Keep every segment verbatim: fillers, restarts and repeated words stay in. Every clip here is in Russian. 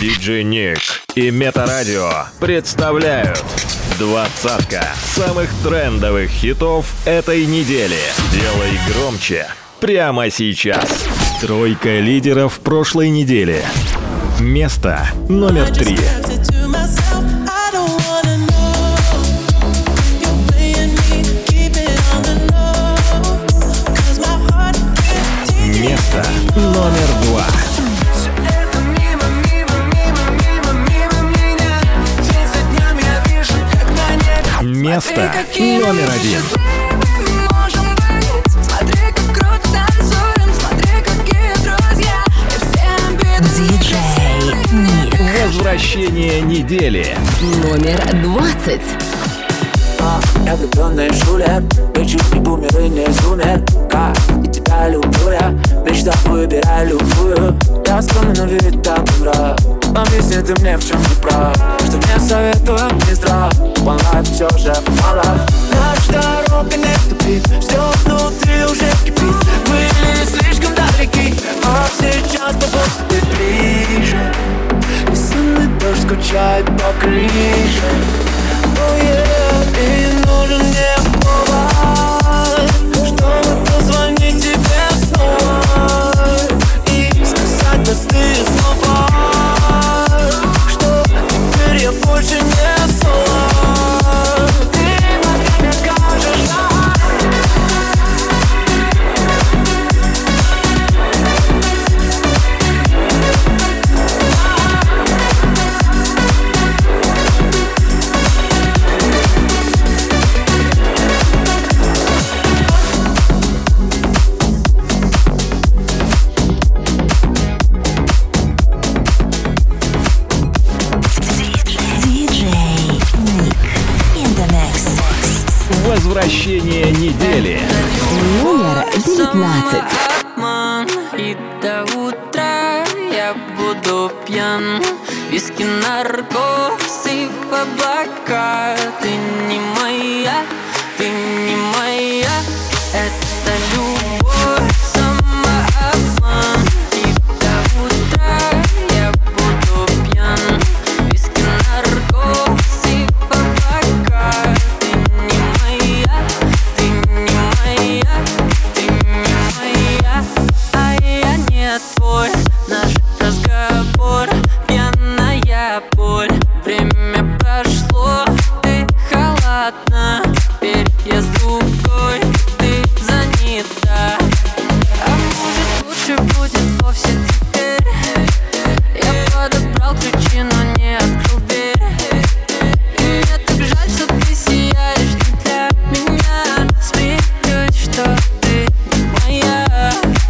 диджей Ник и Метарадио представляют двадцатка самых трендовых хитов этой недели. Делай громче прямо сейчас. Тройка лидеров прошлой недели. Место номер три. Место номер два. Место номер один. диджей Ник. Возвращение недели. Номер двадцать. Я влюбленный шулер, вечер и бумеры не зумер. Как и тебя люблю я, мечта выбирай любую. Я скромный, но вид так нрав. Объясни ты мне, в чем не прав, что мне советуют не здрав. One life все же мало. Наша дорога не тупит, все внутри уже кипит. Были слишком далеки, а сейчас побудь ближе. И сонный дождь скучает по крыше. Oh yeah, и нужен мне повод, чтобы позвонить тебе снова и сказать простые слова, что теперь я больше не соло. Ты мне скажешь да. Возвращение недели. Номер девятнадцать. И до утра я буду пьян. Виски, наркоз и в облака. Ты не моя, ты не моя. Это любовь, самообман. И до утра я буду пьян. Виски, наркоз и в облака. Твой наш разговор, пьяная боль. Время прошло, ты холодна. Теперь я с другой, ты занята. А может лучше будет вовсе теперь. Я подобрал ключи, но не открыл дверь. И мне так жаль, что ты сияешь не для меня. Смеюсь, что ты не моя.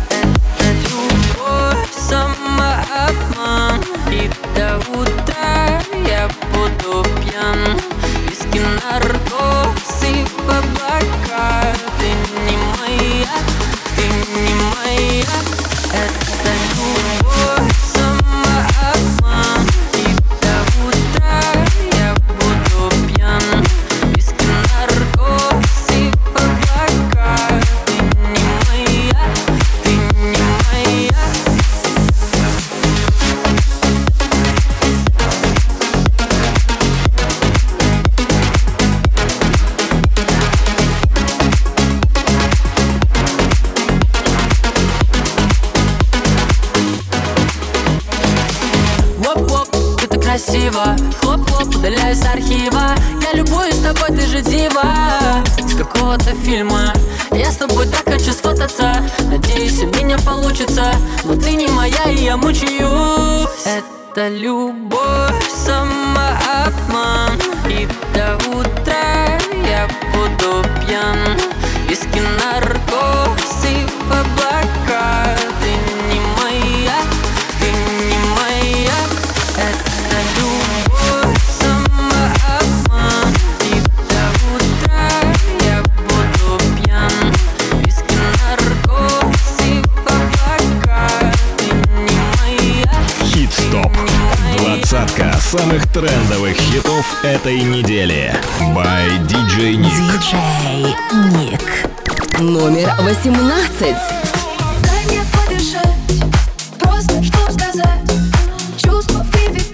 Самообман. И до утра я буду пьян. Виски, наркоз и в облака. Ты не моя, ты не моя. Это любовь, самообман. И до утра я буду пьян. Виски, наркоз и в облака. Ты не моя, ты не моя. Красиво, хлоп-хлоп, удаляюсь с архива. Я любуюсь тобой, ты же дива с какого-то фильма. Я с тобой так хочу сфотаться. Надеюсь, у меня получится. Но ты не моя, и я мучаюсь. Это любовь, самообман. И до утра я буду пьян. Виски, наркоз и в облака. Ты не моя, ты не моя. Это любовь, самообман. И до утра я буду пьян. Виски, наркоз и в облака. Ты не моя. Хит-стоп. Двадцатка самых трендовых хитов этой недели. By диджей Ник. диджей Ник. Номер восемнадцать. Дай мне подышать, просто чтоб сказать. Чувства в киви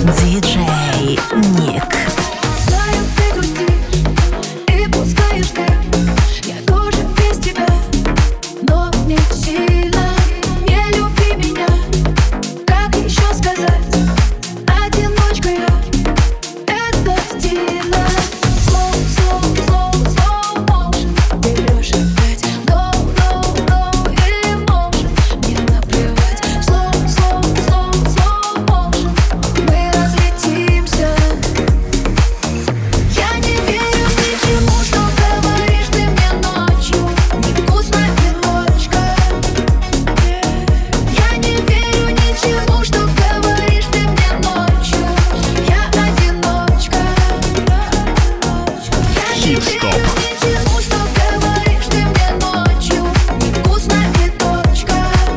диджей Ник. Знаю, ты грустишь и пускаешь дым. Я тоже без тебя, но не сильно. Не люби меня, как еще сказать? Одиночка я, это стильно. Slow, slow, slow, slow motion. Берешь опять no, no, no emotion. Мне наплевать. Slow, slow, slow, slow motion. Мы разлетимся. Я не верю ничему, что говоришь ты мне ночью. Невкусная виночка. Я не верю ничему, что говоришь ты мне ночью. Я одиночка. Я не Хит-стоп. верю ничему, что говоришь ты мне ночью. Невкусная виночка.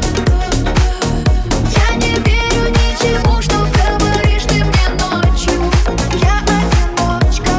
Я не верю ничему, что говоришь ты мне ночью. Я одиночка.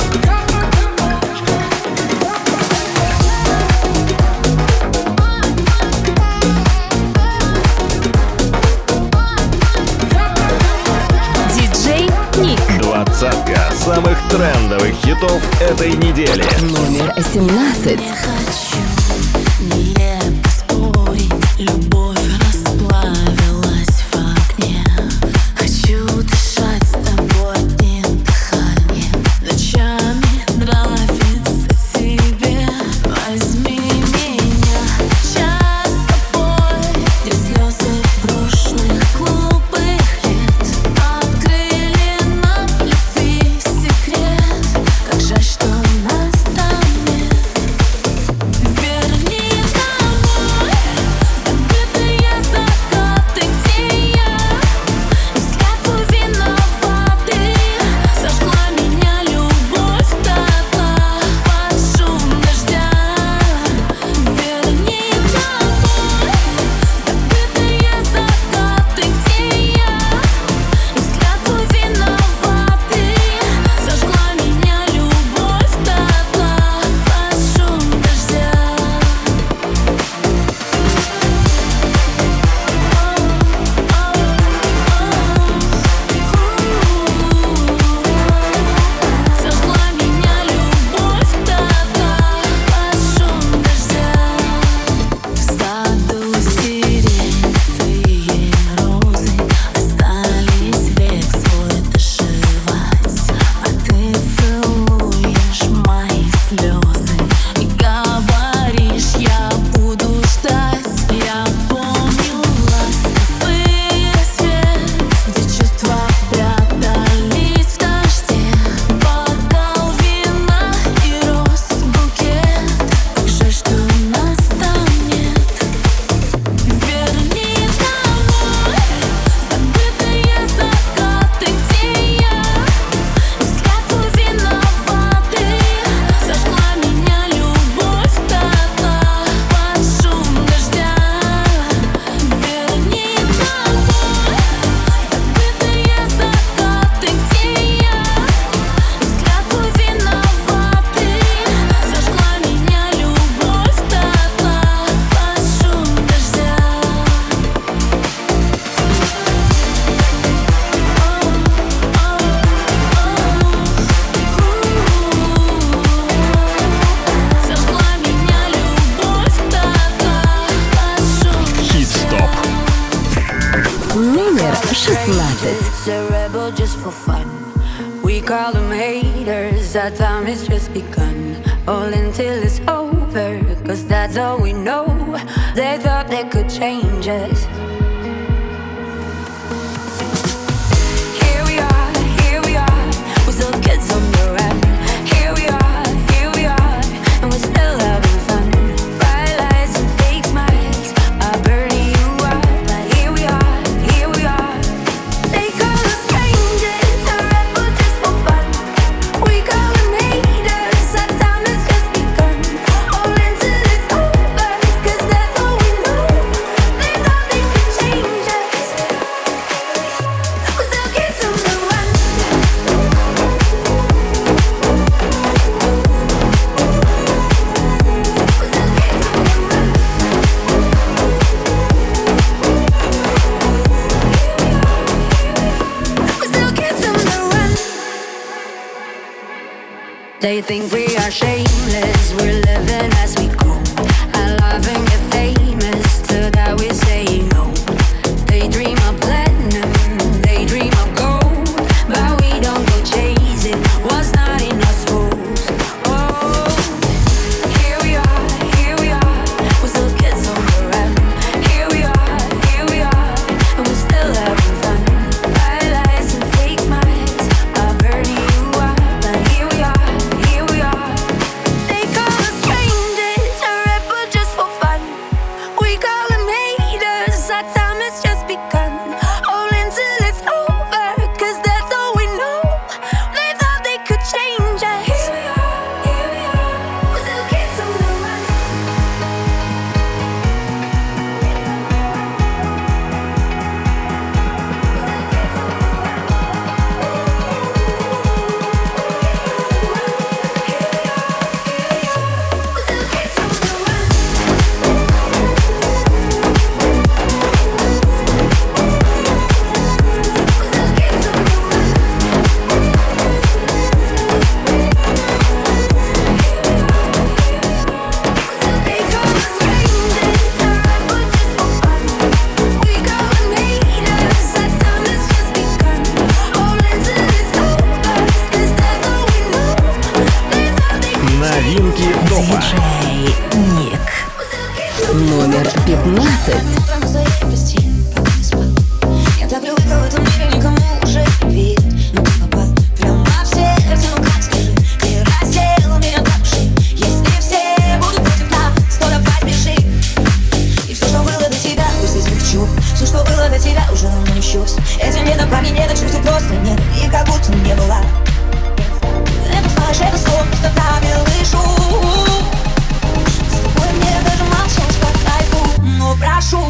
Диджей Ник. Двадцатка самых трендовых хитов этой недели. Номер семнадцать. Хочу нелепо спорить, любовь расплавилась в огне. Хочу дышать с тобой одним дыханием. Ночами нравится тебе. Возьми меня сейчас с собой, где слезы прошлых глупых лет открыли нам любви секрет. Как жаль, что нас там нет. Верни домой забытые закаты, где я из клятвы виноваты. Сожгла меня любовь дотла под шум дождя. Верни домой забытые закаты, где я из клятвы виноваты. Сожгла меня любовь дотла под шум дождя. Сожгла меня любовь дотла под шум дождя. В саду сиреневые розы остались век свой доживать. А ты целуешь мои слезы и говоришь, я буду ждать. Я помню ласковый рассвет, где чувства прятались в дожде. Бокал вина и роз букет. Как жаль, что нас там нет. Верни домой забытые закаты, где я из клятвы виноваты. Сожгла меня любовь дотла под шум дождя. Верни домой забытые закаты, где я из клятвы виноваты. Сожгла меня любовь дотла под шум дождя. Сожгла меня любовь дотла под шум. Хит-стоп. Номер шестнадцать. It's a rebel just for fun. We call them haters, our time has just begun. All until it's over, cause that's all we know. They thought they could change us. Here we are, here we are, we're still kids on the run. Here we are, here we are, and we're still having fun. Bright lights and fake smiles are burning you up. But here we are, here we are. They call us strangers, a rebel just for fun. We call them haters, our time has just begun. All until it's over, cause that's all we know. They thought they could They think we are shameless, we're living as we go. I love and get famous, to that we say no. They dream of platinum, they dream of gold, but we don't go chasing what's not in our souls. Oh, here we are, here we are, we're still kids on the run. Here we are, here we are, and we're still having fun. White lies and fake smiles are burning you up, but here we are, here we are. They call us strangers, a rebel just for fun. We call them haters, our time has just begun. All until it's over, cause that's all we know. They thought they could change us. Here we are, here we are, we're still kids on the run. Новинки топа. Диджей Ник. Номер пятнадцать. Утром на своей постели, пока ты спал. Я так привыкла в этом мире никому уже не верить. Но ты попал прямо в сердце, ну как скажи, ты раздел меня до души. Если все будут против нас, то давай сбежи. И все, что было до тебя, пусть измягчу. Все, что было до тебя, уже давно не в счет. Этим летом парни не до чувств, просто нет. И как будто не была. Это фальшь, это сон, пустота, белый шум. С тобой мне даже молчать по кайфу. Но прошу,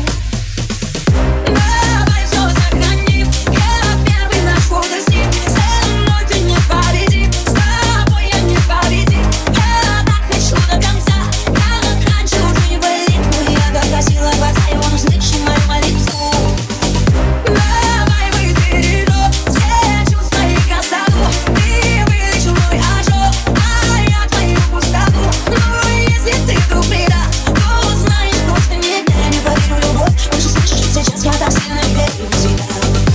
давай все сохраним. Я первый наш фотосник. Со мной ты не победим, с тобой я не победим. Я так хочу до конца, как раньше уже не болит. Но я так просила глаза его, но слышишь мою молитву. Давай вытри все чувства и красоту. Ты вылечил мой ожог, а я твою пустоту. Но если ты вдруг предашь, то знаешь, просто нет. Я не поверю в любовь, лучше слышишь, сейчас я так сильно верю в тебя.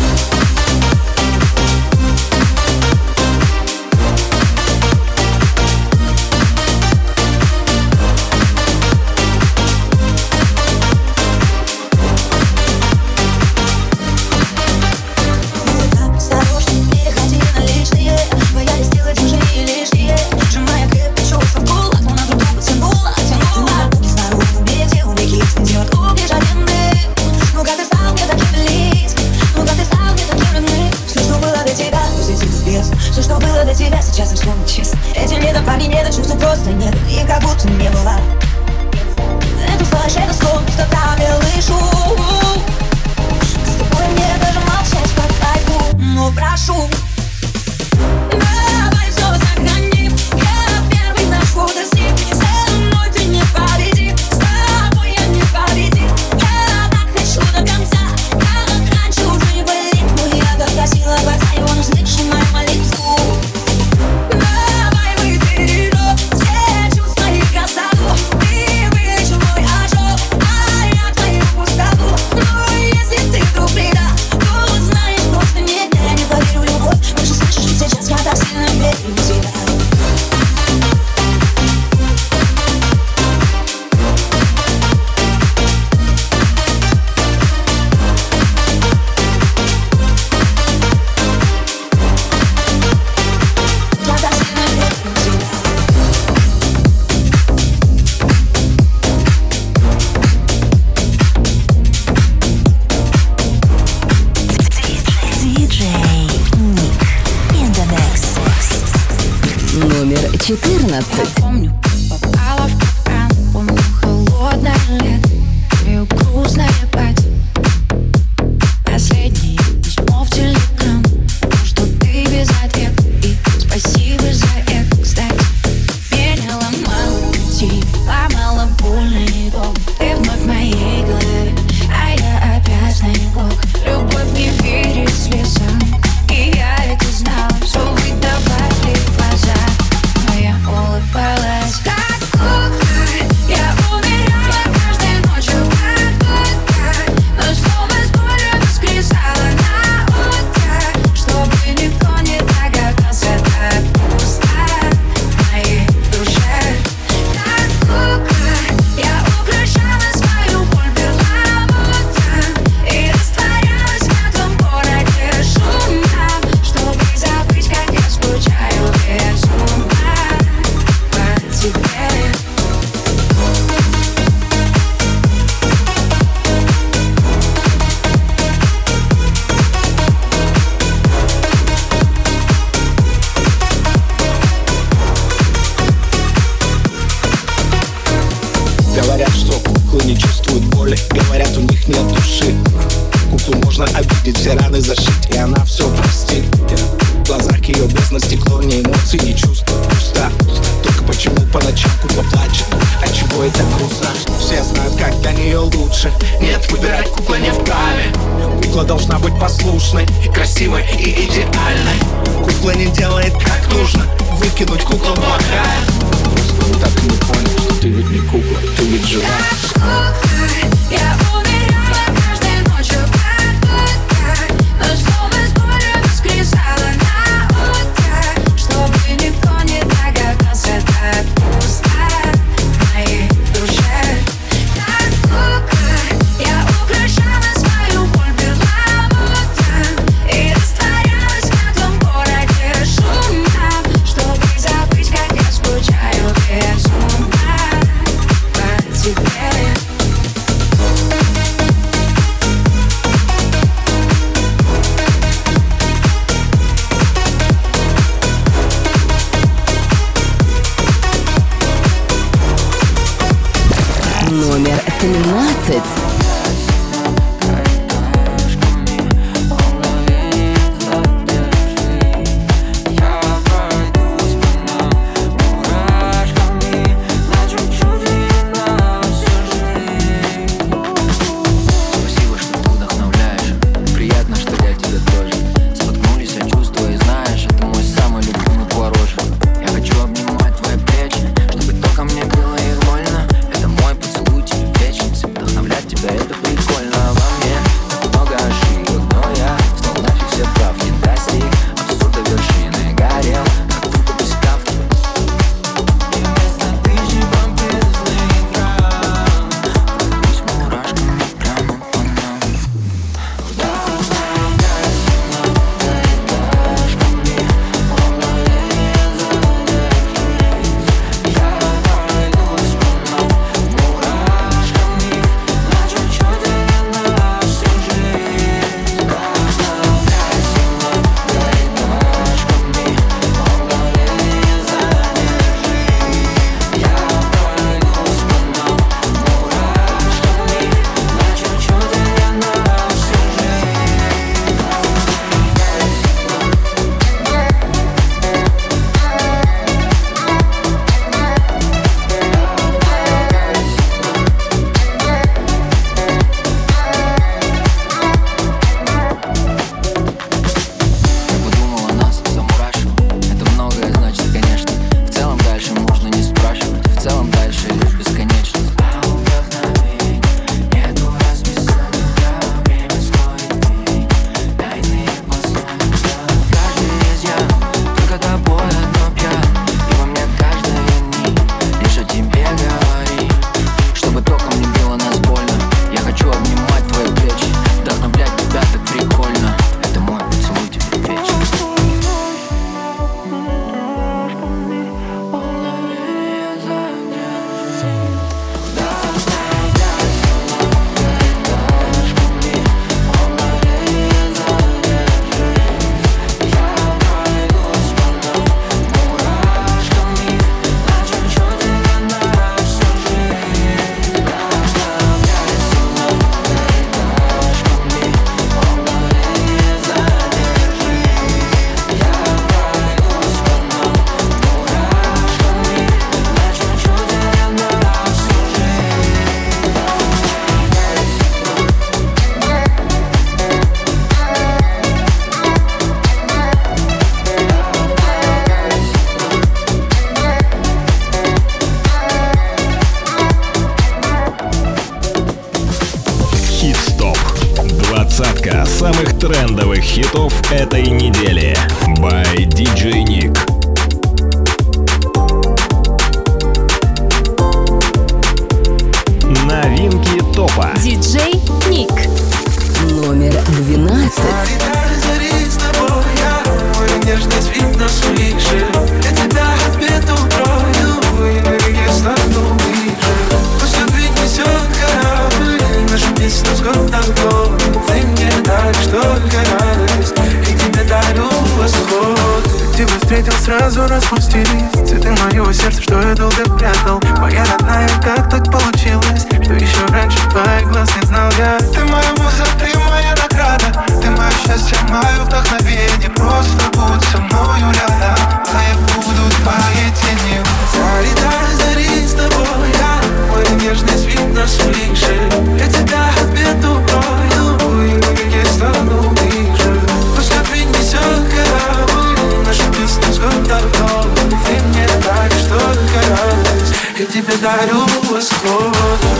Осторожно, переходи на личные. Боялись сделать уже и лишнее. Сжимая крепко чувства в кулак, но на друг друга тянула, тянула. Руки снаружи, убейте, убеги, снизойдет руки жареные. Ну как ты стал мне таким близким, ну как ты стал мне таким родным. Все, что было до тебя, пусть летит в бездну. Все, что было до тебя, сейчас вспомнить честно. Этим летом парни не до чувств, просто нет. И как будто не была. Это фальшь, это сон, пустота, белый шум. С тобой мне даже молчать по кайфу. Но прошу, давай все сохраним. Я первый наш фотосник. Со мной ты не победим, с тобой я не победим. Я так хочу до конца, как раньше уже не болит. Но я так просила глаза его, но слышишь мою молитву. Давай вытри все чувства и красоту. Ты вылечил мой ожог, а я твою пустоту. Но если ты вдруг предашь, то знаешь, просто нет. Я не поверю в любовь, лучше слышишь, сейчас я так сильно верю в тебя. Я так сильно верю в тебя. Диджей Ник. In the mix. Номер четырнадцать. Помню, попала в капкан. Помню холодное лето, твое грустное платье. Последнее письмо в телеграм, что ты без ответа. И спасибо за это, кстати. Меня ломало пути, ломало больно и долго. Ты вновь в моей голове, а я опять знаю. Любовь не верит слезам, и я это знала. Все выдавали глаза, но я ее бездна, стекло, ни эмоций, ни чувств. Пусто, только почему по ночам кукла плачет? От чего это грустно? Все знают, как для нее лучше. Нет, выбирать кукла не вправе. Кукла должна быть послушной, красивой и идеальной. Кукла не делает как нужно, выкинуть кукла плохая. Просто так и не понял, что ты ведь не кукла, ты ведь жива. Я умирала каждой ночью как будто, но словно с болью воскресала на утро, чтобы никто не догадался, так пусто в моей душе. Как кукла я украшала свою боль перламутром и растворялась в этом городе шумном, чтобы забыть, как я скучаю безумно по тебе. Номер тринадцать. Двадцатка самых трендовых хитов этой недели. By ди джей Nick. Новинки топа. Диджей Ник. Номер двенадцать. Нежность видно свыше. Я тебя отмету утрою, и на реке стану ближе. Пусть любить несет корабль, нашу песню с год на год. Ты мне даришь только радость, и тебе дарю восход. Тебя встретил, сразу распустились цветы моего сердца, что я долго прятал. Моя родная, как так получилось, что еще раньше твоих глаз не знал я. Ты моя муза, ты моя награда, ты мое счастье, мое вдохновение. Просто будь со мною тебе дарю восход.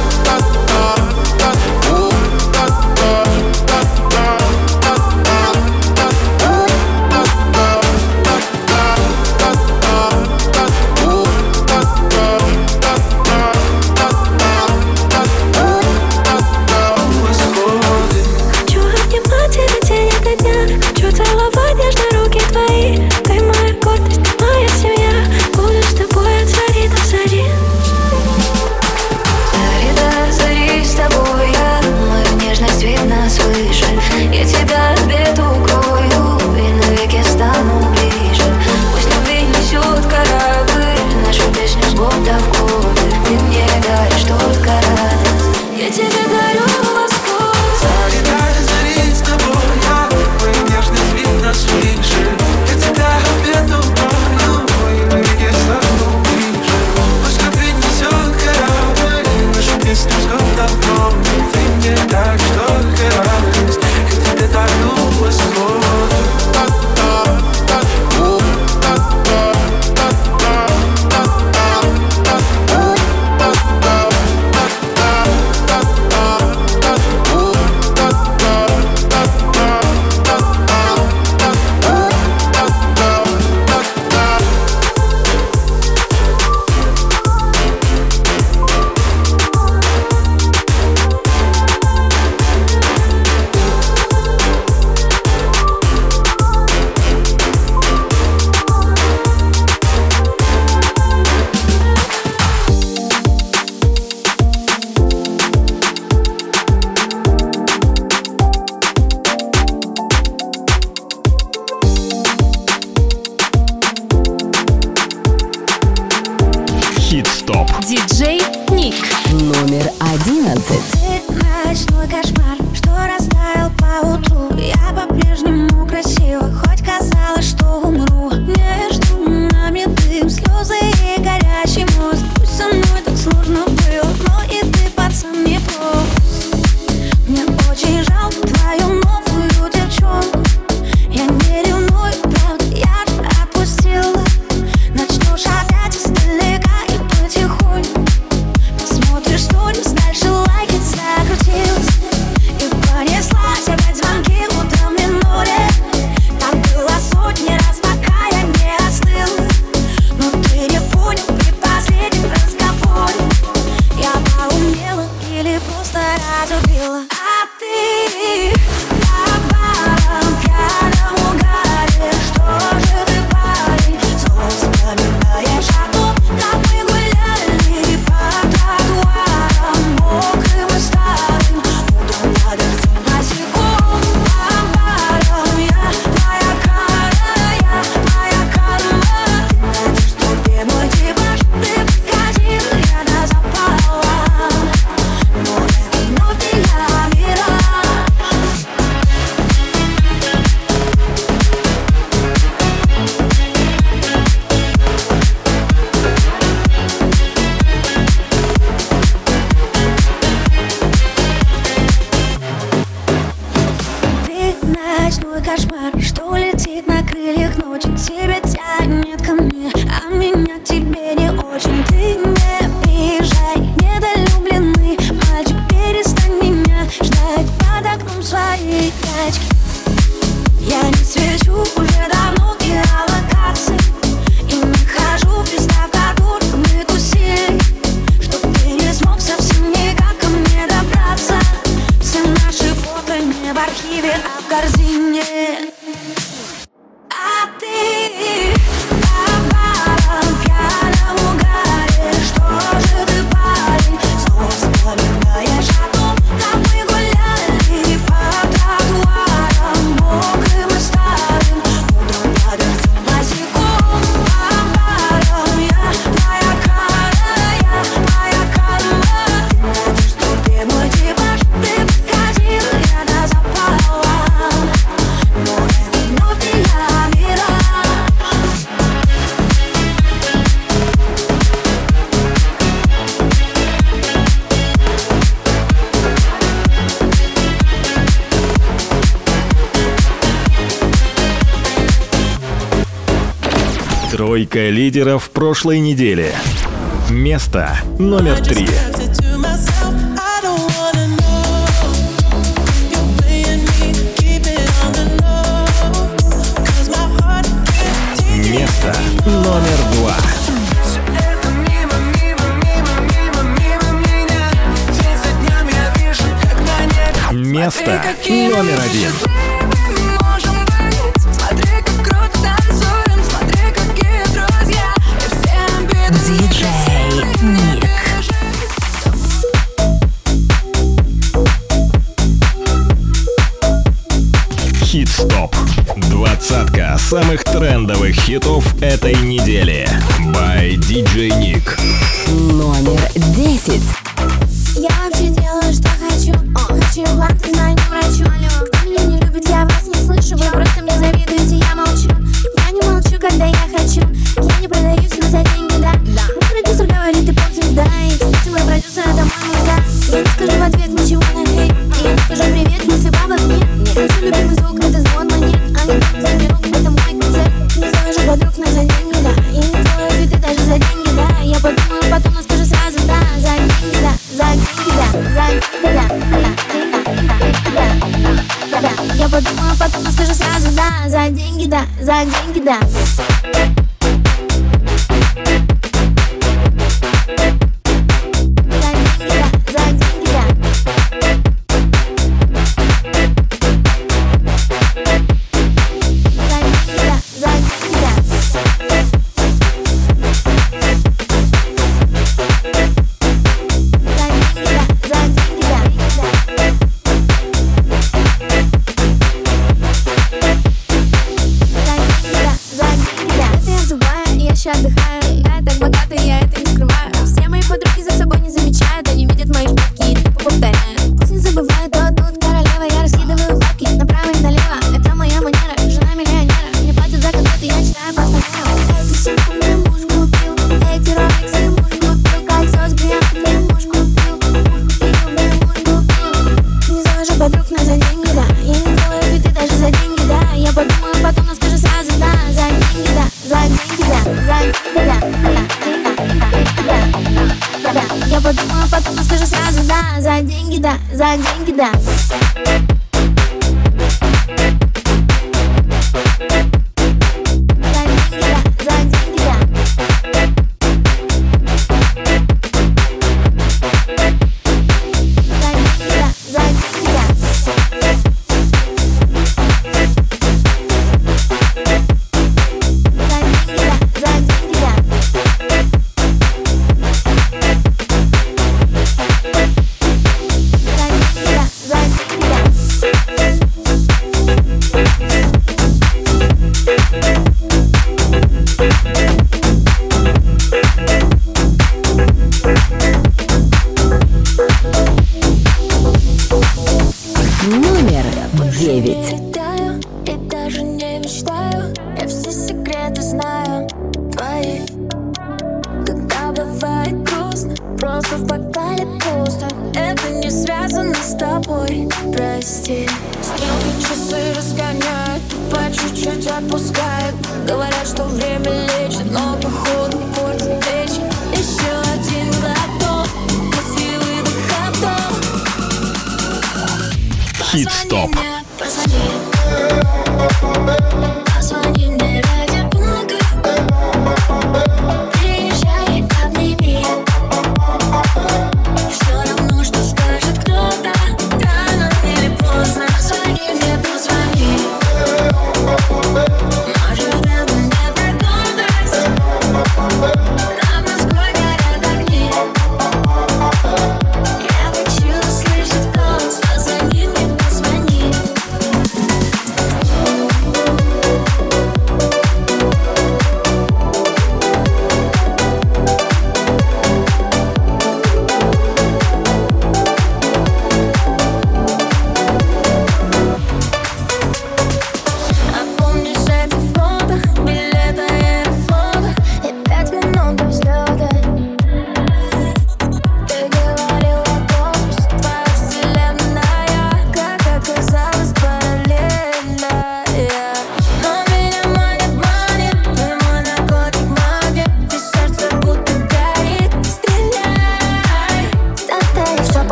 Диджей Ник. Номер одиннадцать. Ты ночной кошмар, что растаял по утру. Я по-прежнему красива, хоть казалось, что умру. Между нами дым, слезы и горячий мост. Пусть со мной так сложно было, но и ты, пацан, не прост. Мне очень жалко твою новую девчонку. Я не ревную, правда, я же отпустила. Начнешь опять издалека и потихоньку посмотришь, что не дальше лайк закрутилась. И понеслась опять звонки утром в минуре. Так было сотни раз, пока я не остыла. Но ты не понял при последнем разговоре. Я поумнела или просто разубила. А ты на барном пьяном угаре. Что же ты, парень, снова вспоминаешь о том, как мы гуляли по тротуарам мокрым и старым. Утром под дождем босиком по барам. Я твоя кара, я твоя карма. Ты найдешь себе мой типаж. Ты подкатил, я до запала. Но это вновь не я, мира. Ты ночной кошмар, что летит на крыльях ночи. Тебя тянет ко мне, а меня к тебе не очень. Ты не приезжай, недолюбленный мальчик. Перестань меня ждать под окном своей тачки. Я не свечу уже давно геолокации и не хожу в места, в которых мы тусили. Чтоб ты не смог совсем никак ко мне добраться. Все наши фото не в архиве, а в корзине. А ты на барном пьяном угаре. Что же ты, парень, снова вспоминаешь о том, как мы гуляли по тротуарам мокрым и старым. Утром под дождем босиком по барам. Я твоя кара, я твоя карма. Ты найдешь себе мой типаж. Ты подкатил, я до запала. Но это вновь не я, мира. Тройка лидеров прошлой недели. Место номер три. Место номер два. Место номер один. Диджей Ник. Хит-стоп. Двадцатка самых трендовых хитов этой недели. By диджей Ник. Номер десять. Я вообще делаю, что хочу. Хочу вам, ты знаю, не врачу. Кто меня не любит, я вас не слышу. Вы просто мне завидуете, я молчу. Я не молчу, когда я хочу. Я не продаюсь, но за деньги, да. Мой продюсер говорит, ты поп-звезда. И, кстати, мой продюсер, это мой мудак. Я не скажу в ответ ничего на хейт. И я не скажу привет, если бабок нет. Хочу любимый звук, это звон монет. А не за минут, это мой концерт. Не завожу подруг, но за деньги, да. И не делаю виды даже за деньги, да. Я подумаю потом, но скажу сразу, да. За деньги, да, за деньги, да. За деньги, да, да, да. Я подумаю потом, но скажу сразу, да. За деньги, да, за деньги, да. Я подумаю потом, но скажу сразу, да. За деньги, да, за деньги, да. Хит-стоп.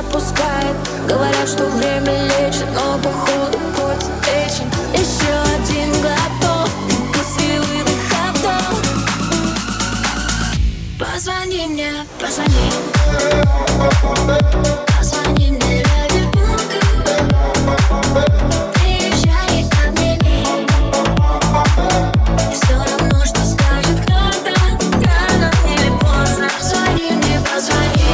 отпускает. Говорят, что время лечит, но походу портит печень. Еще один глоток после выдоха вдох. Позвони мне, позвони. Позвони мне ради бога. Приезжай, обними. И все равно, что скажет кто-то, рано или поздно. Позвони мне, позвони.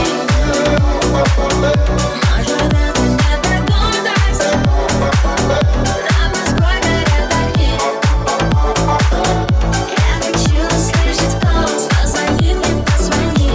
Может, это не догадайся. Над Москвой горят огни. Я хочу услышать голос. Позвони мне, позвони.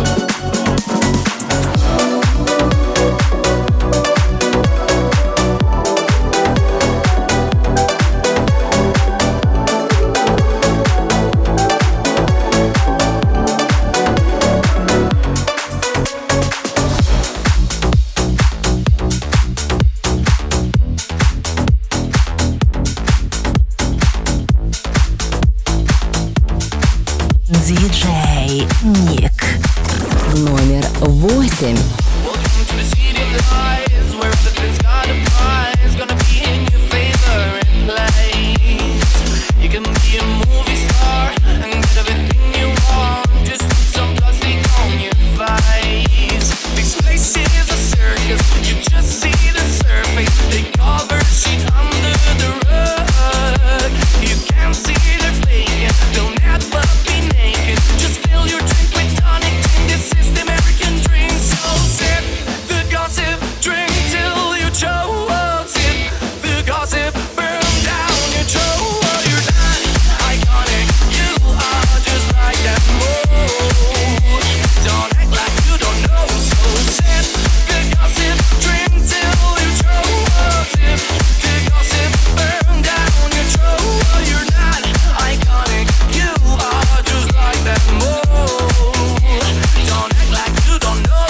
Диджей Ник. Номер восемь. Welcome to the city of lies, where everything's got a prize. Gonna be in your favorite place. You can be a movie star and get everything you want. Just put some plastic on your face. This place is a circus, you just see the surface. They cover shit under the rug. You can't see they're faking, they'll never be naked. Just fill your drink with tonic gin. This is the American dream. So sip the gossip, drink till you choke. Sip the gossip, burn down your throat. You're not iconic, you are just like that mood. Don't act like you don't know. So sip the gossip, drink till you choke. Sip the gossip, burn down your throat. You're not iconic, you are just like that mood. Don't act like you don't know.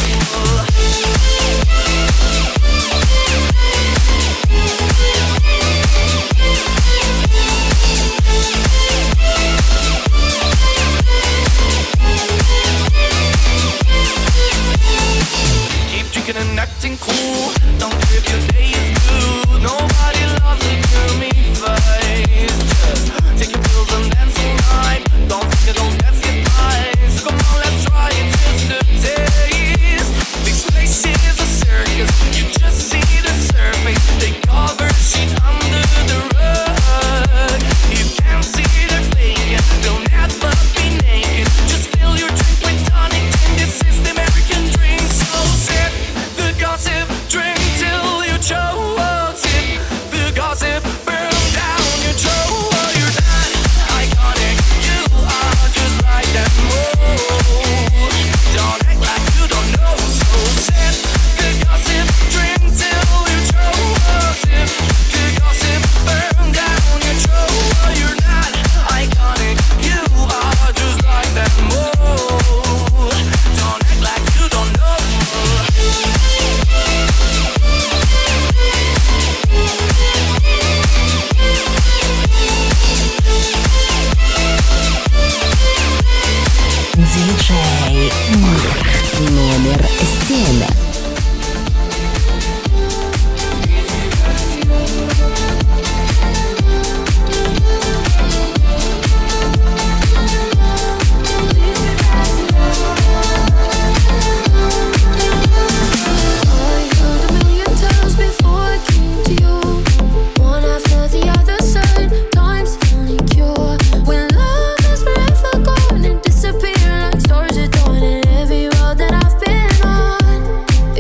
Keep drinking and acting cool. Don't care if your day is blue. Nobody loves a gloomy face. Just take your pills and dance all night. Don't think it don't dance get by. So come on, let's try it just a taste. This place is a circus. You just see the surface. They cover shit under the rug. You can't see they're faking. They'll never be naked. Just fill your drink with tonic gin. This is the American dream. So sip the gossip, drink till you choke. Sip the gossip, burn down your throat. You're not iconic, you are just like that mood. Don't act like you don't know. So sip the gossip, drink till you choke. Sip the gossip, burn down your throat. You're not iconic, you are just like that mood. Don't act like you don't know. Диджей Ник. Номер семь. I heard a million times before I came to you. One after the other side, time's the only cure. When love is forever gone and disappear like stars are dawn. And every road that I've been on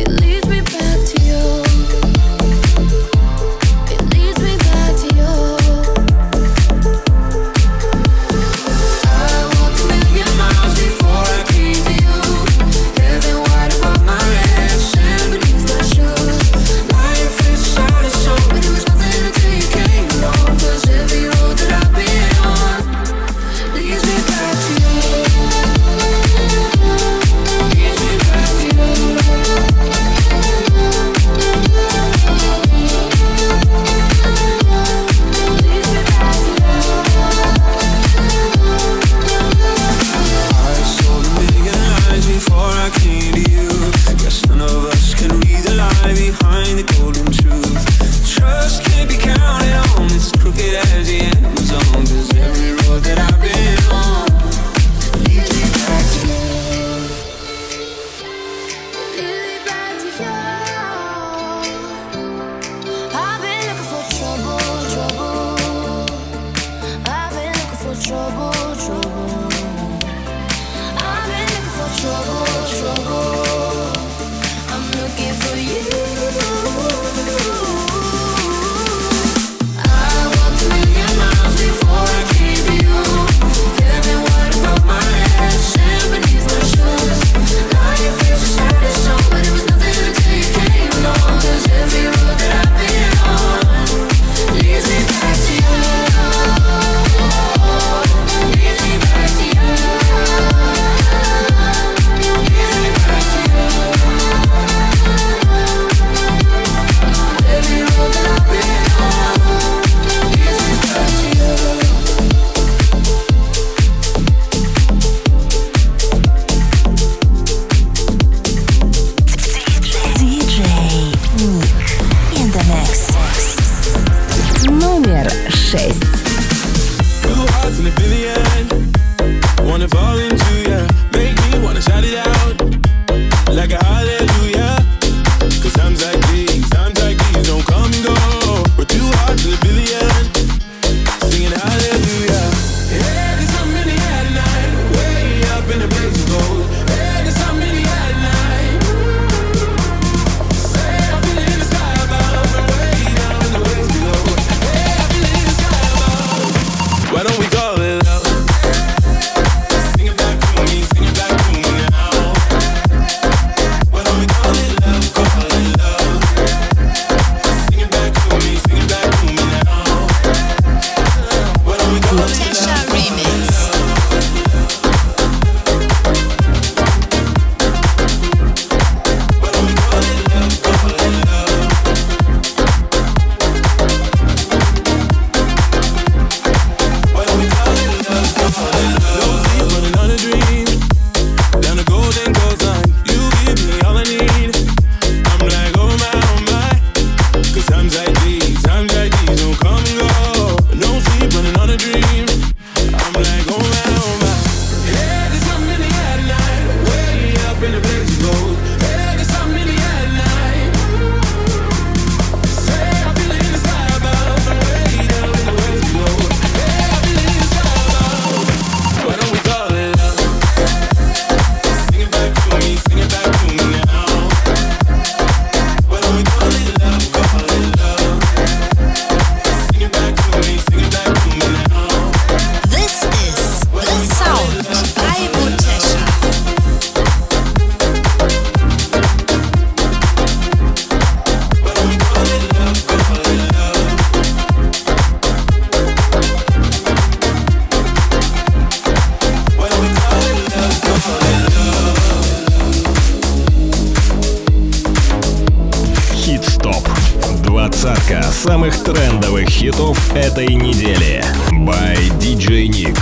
Двадцатка самых трендовых хитов этой недели. By ди джей Nick.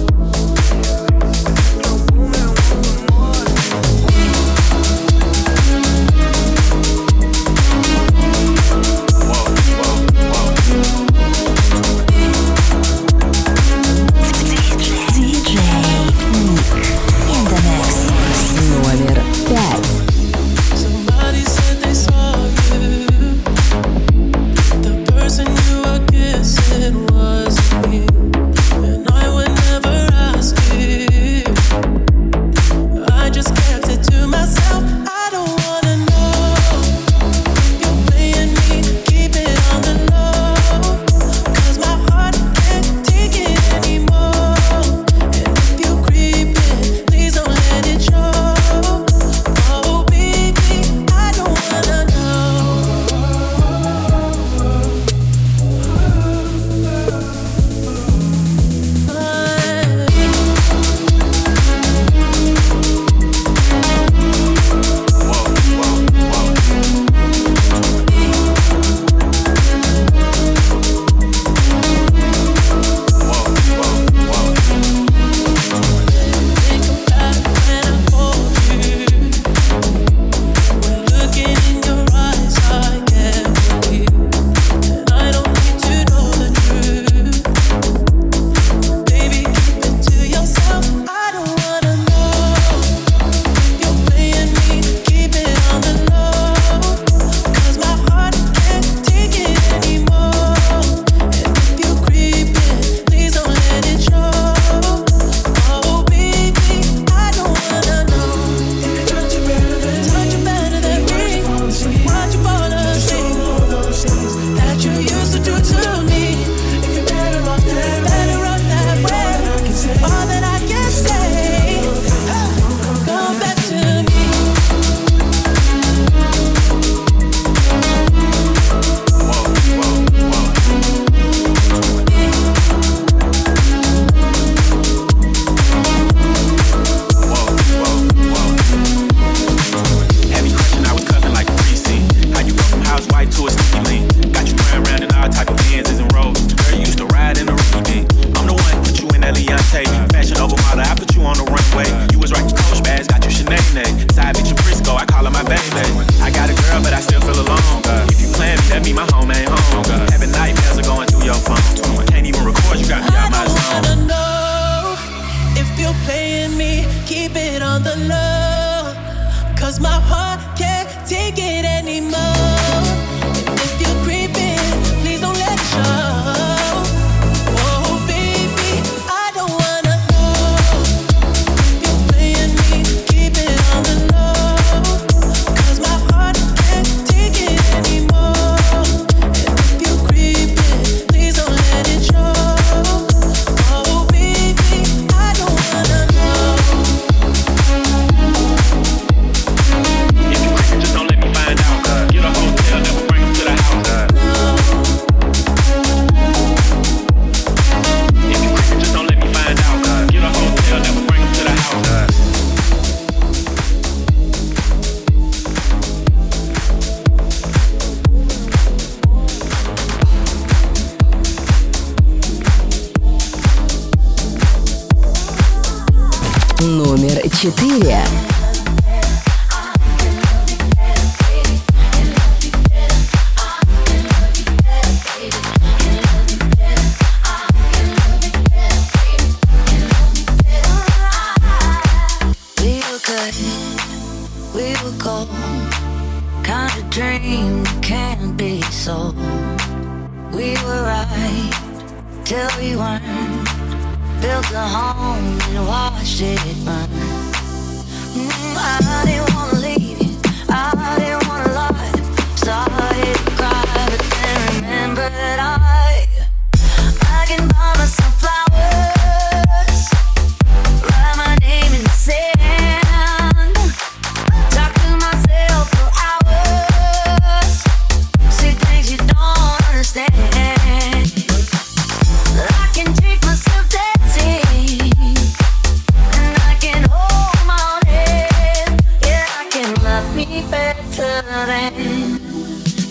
Номер четыре.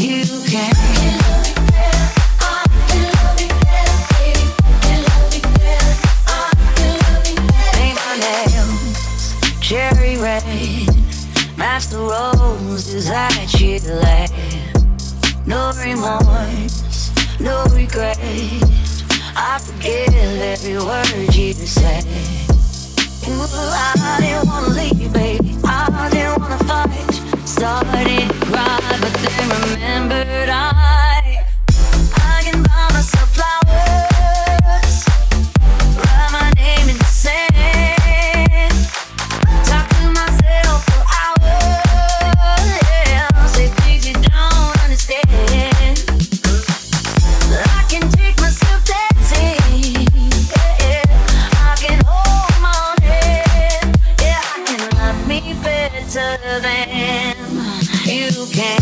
You can. Cherry red, match the roses that you left. No remorse, no regret. I forgive every word you said. Ooh, I didn't wanna leave, baby. I didn't wanna fight. Started to cry, but then remembered I I can buy myself flowers, write my name in the sand, talk to myself for hours, yeah, say things you don't understand. I can take myself dancing, yeah, I can hold my own hand, yeah, I can love me better than you can.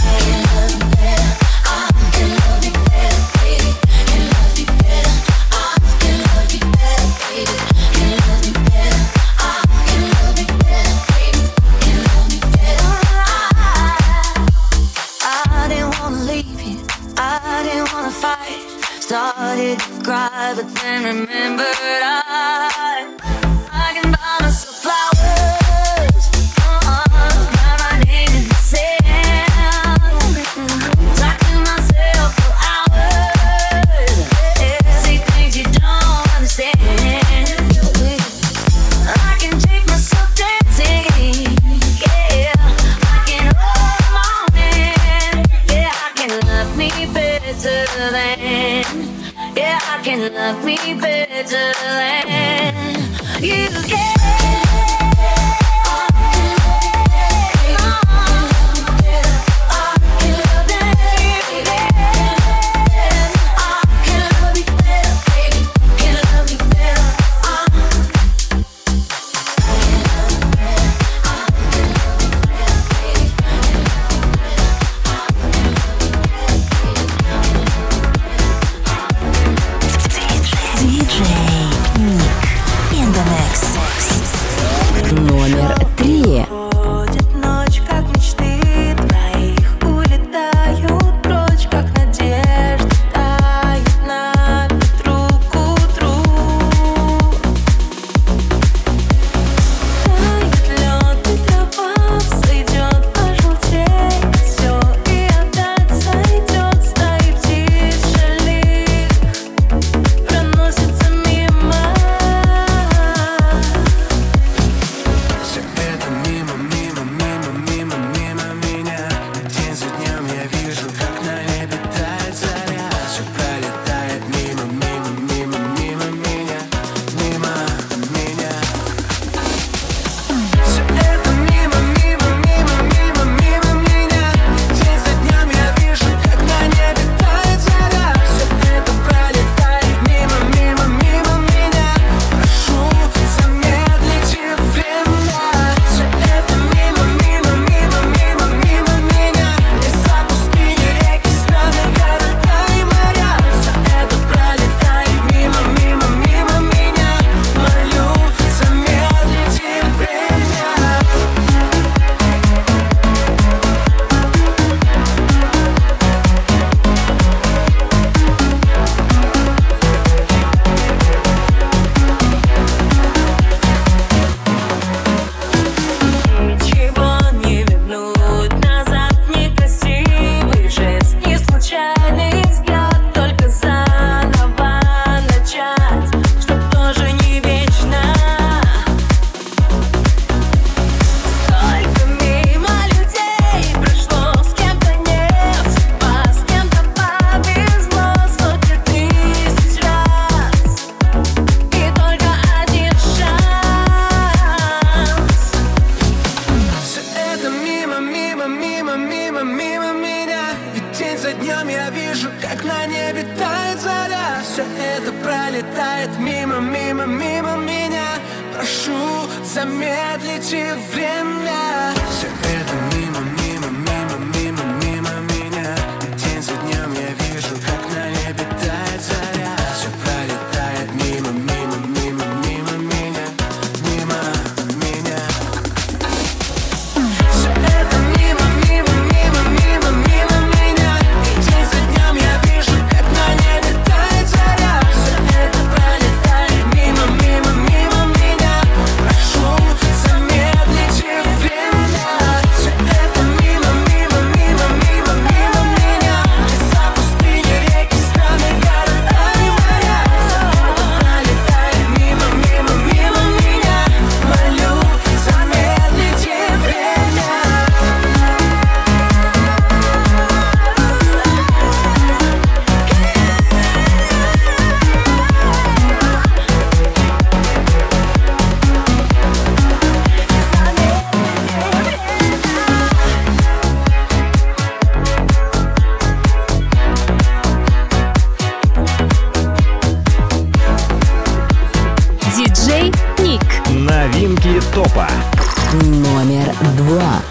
Started to cry, but then remembered I I can buy myself flowers, uh-uh, write my name in the sand, talk to myself for hours, yeah, say things you don't understand. I can take myself dancing, yeah, I can hold my own hand, yeah, I can love me better than, yeah, I can love me better than you can. Номер три. Проходит ночь, как мечты твоих улетают прочь, как надежда тает на ветру к утру. Тает лед, и трава взойдет, пожелтеет все, и опять сойдет стаи птиц шалик, проносится мимо. Все это мимо, мимо, мимо, мимо, мимо меня. День за днем я вижу, как на небе тает заря. Все пролетает мимо, мимо, мимо, мимо меня, мимо меня. Все это мимо, мимо, мимо, мимо, мимо меня. День за днем я вижу, как на небе тает заря. Все это пролетает мимо, мимо, мимо меня. Прошу, замедлите время. Все это мимо, мимо, мимо, мимо, мимо меня. Леса, пустыни, реки, страны, города и моря. Все это пролетает мимо, мимо, мимо меня. Молю, замедлите время. Ничего не вернуть назад, некрасивый жест, не случайный взгляд, только заново начать, что тоже не вечно. Столько мимо людей прошло, с кем-то нет судьба, с кем-то повезло сотни тысяч раз, и только один шанс. Все это мимо, мимо, мимо, мимо, мимо меня. Ведь день за днем я вижу, как на небе тает заря. Все это пролетает мимо, мимо, мимо меня. Прошу, замедлите время. Все это мимо, мимо, мимо, мимо, мимо меня. Ведь день за днем я вижу, как на небе тает заря. Все пролетает мимо, мимо, мимо, мимо меня, мимо меня. Все это мимо, мимо, мимо, мимо, мимо меня. хит-стопа. Номер два.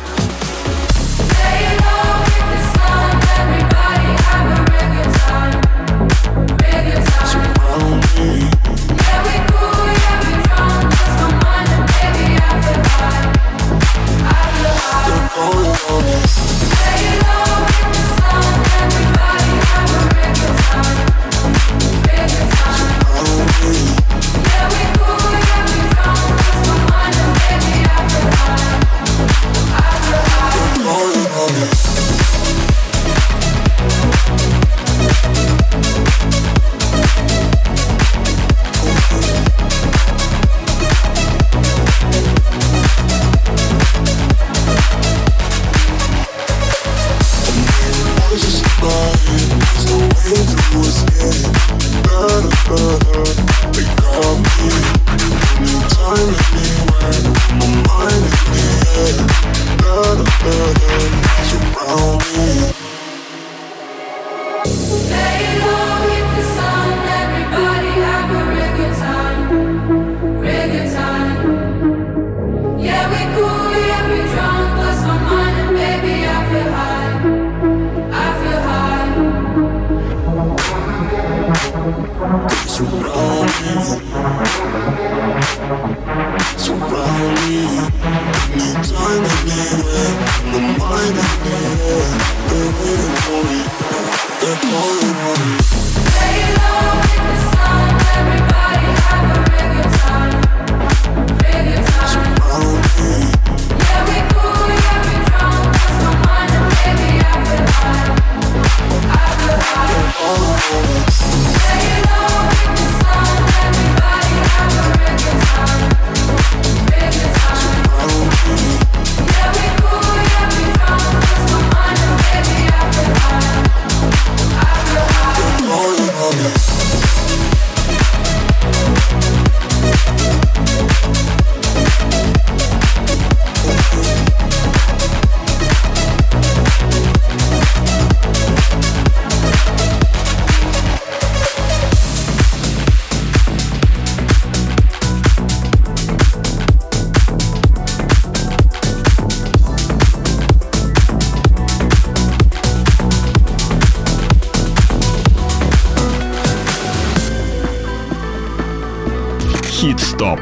Хит-стоп.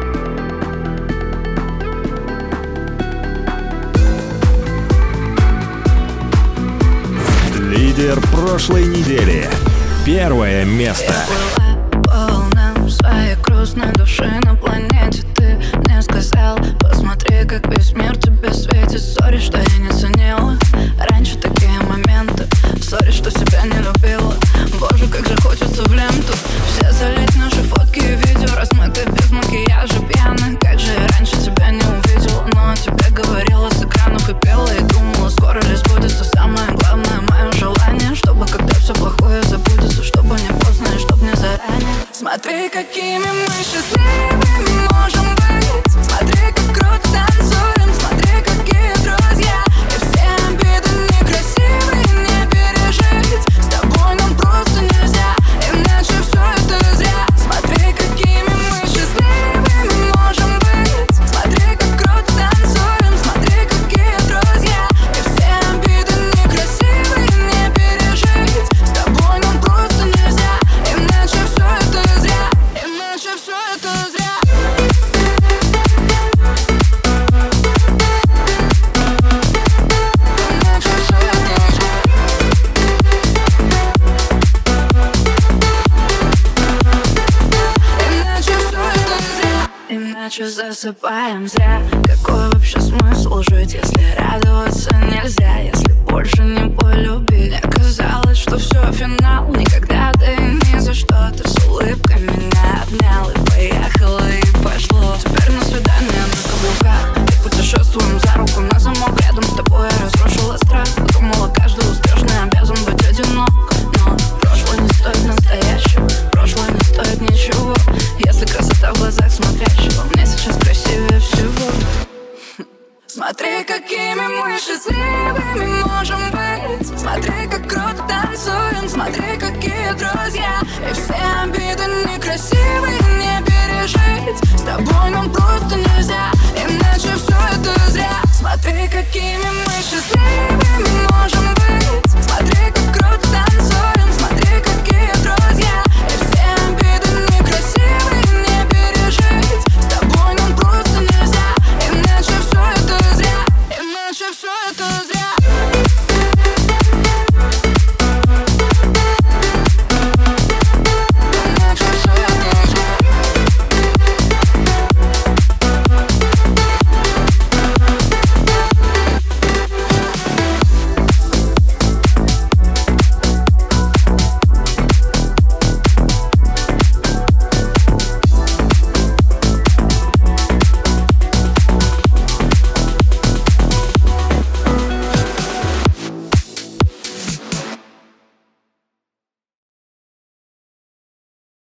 Лидер прошлой недели. Первое место. Полна в своей грустной душе на планете. Ты мне сказал, посмотри, как весь мир тебе светит. Сори, что я не ценила раньше такие моменты. Сори, что себя не любила. Боже, как же хочется в ленту все залить наши фотки и видео, размыты без макияжа, пьяны. Как же я раньше тебя не увидела, но о тебе говорила с экранов и пела. И думала, скоро ли сбудется самое главное мое желание, чтобы когда все плохое забудется, чтобы не поздно и чтоб не заранее. Смотри, какими мы счастливыми можем быть. Смотри, как круто танцуем. Смотри, какие друзья. И все обиды некрасивые не пережить. С тобой нам просто нельзя, иначе все это зря. Смотри, какими мы счастливыми можем быть. Смотри, как круто танцуем. Смотри, какие друзья. И все обиды некрасивые не пережить. С тобой нам просто нельзя, иначе все это зря. Иначе все это зря. Иначе засыпаем зря. Какой вообще смысл жить, если радоваться нельзя, если больше не полюбить? Мне казалось, что все финал. Никогда ты ни за что. Ты с улыбкой меня обнял и поехала, и пошло. Теперь на свидание на каблуках и путешествуем за руку на замок. Рядом с тобой я разрушила страх. Думала, каждый успешный обязан быть одинок. Но прошлое не стоит настоящего. Прошлое не стоит ничего, если красота в глазах смотрящего. Мне сейчас красивее всего. Смотри, какими мы счастливыми можем быть. Смотри, как круто танцуем. Смотри, какие друзья. И все обиды некрасивые не пережить. С тобой нам просто нельзя, иначе все это зря. Смотри, какими мы счастливыми.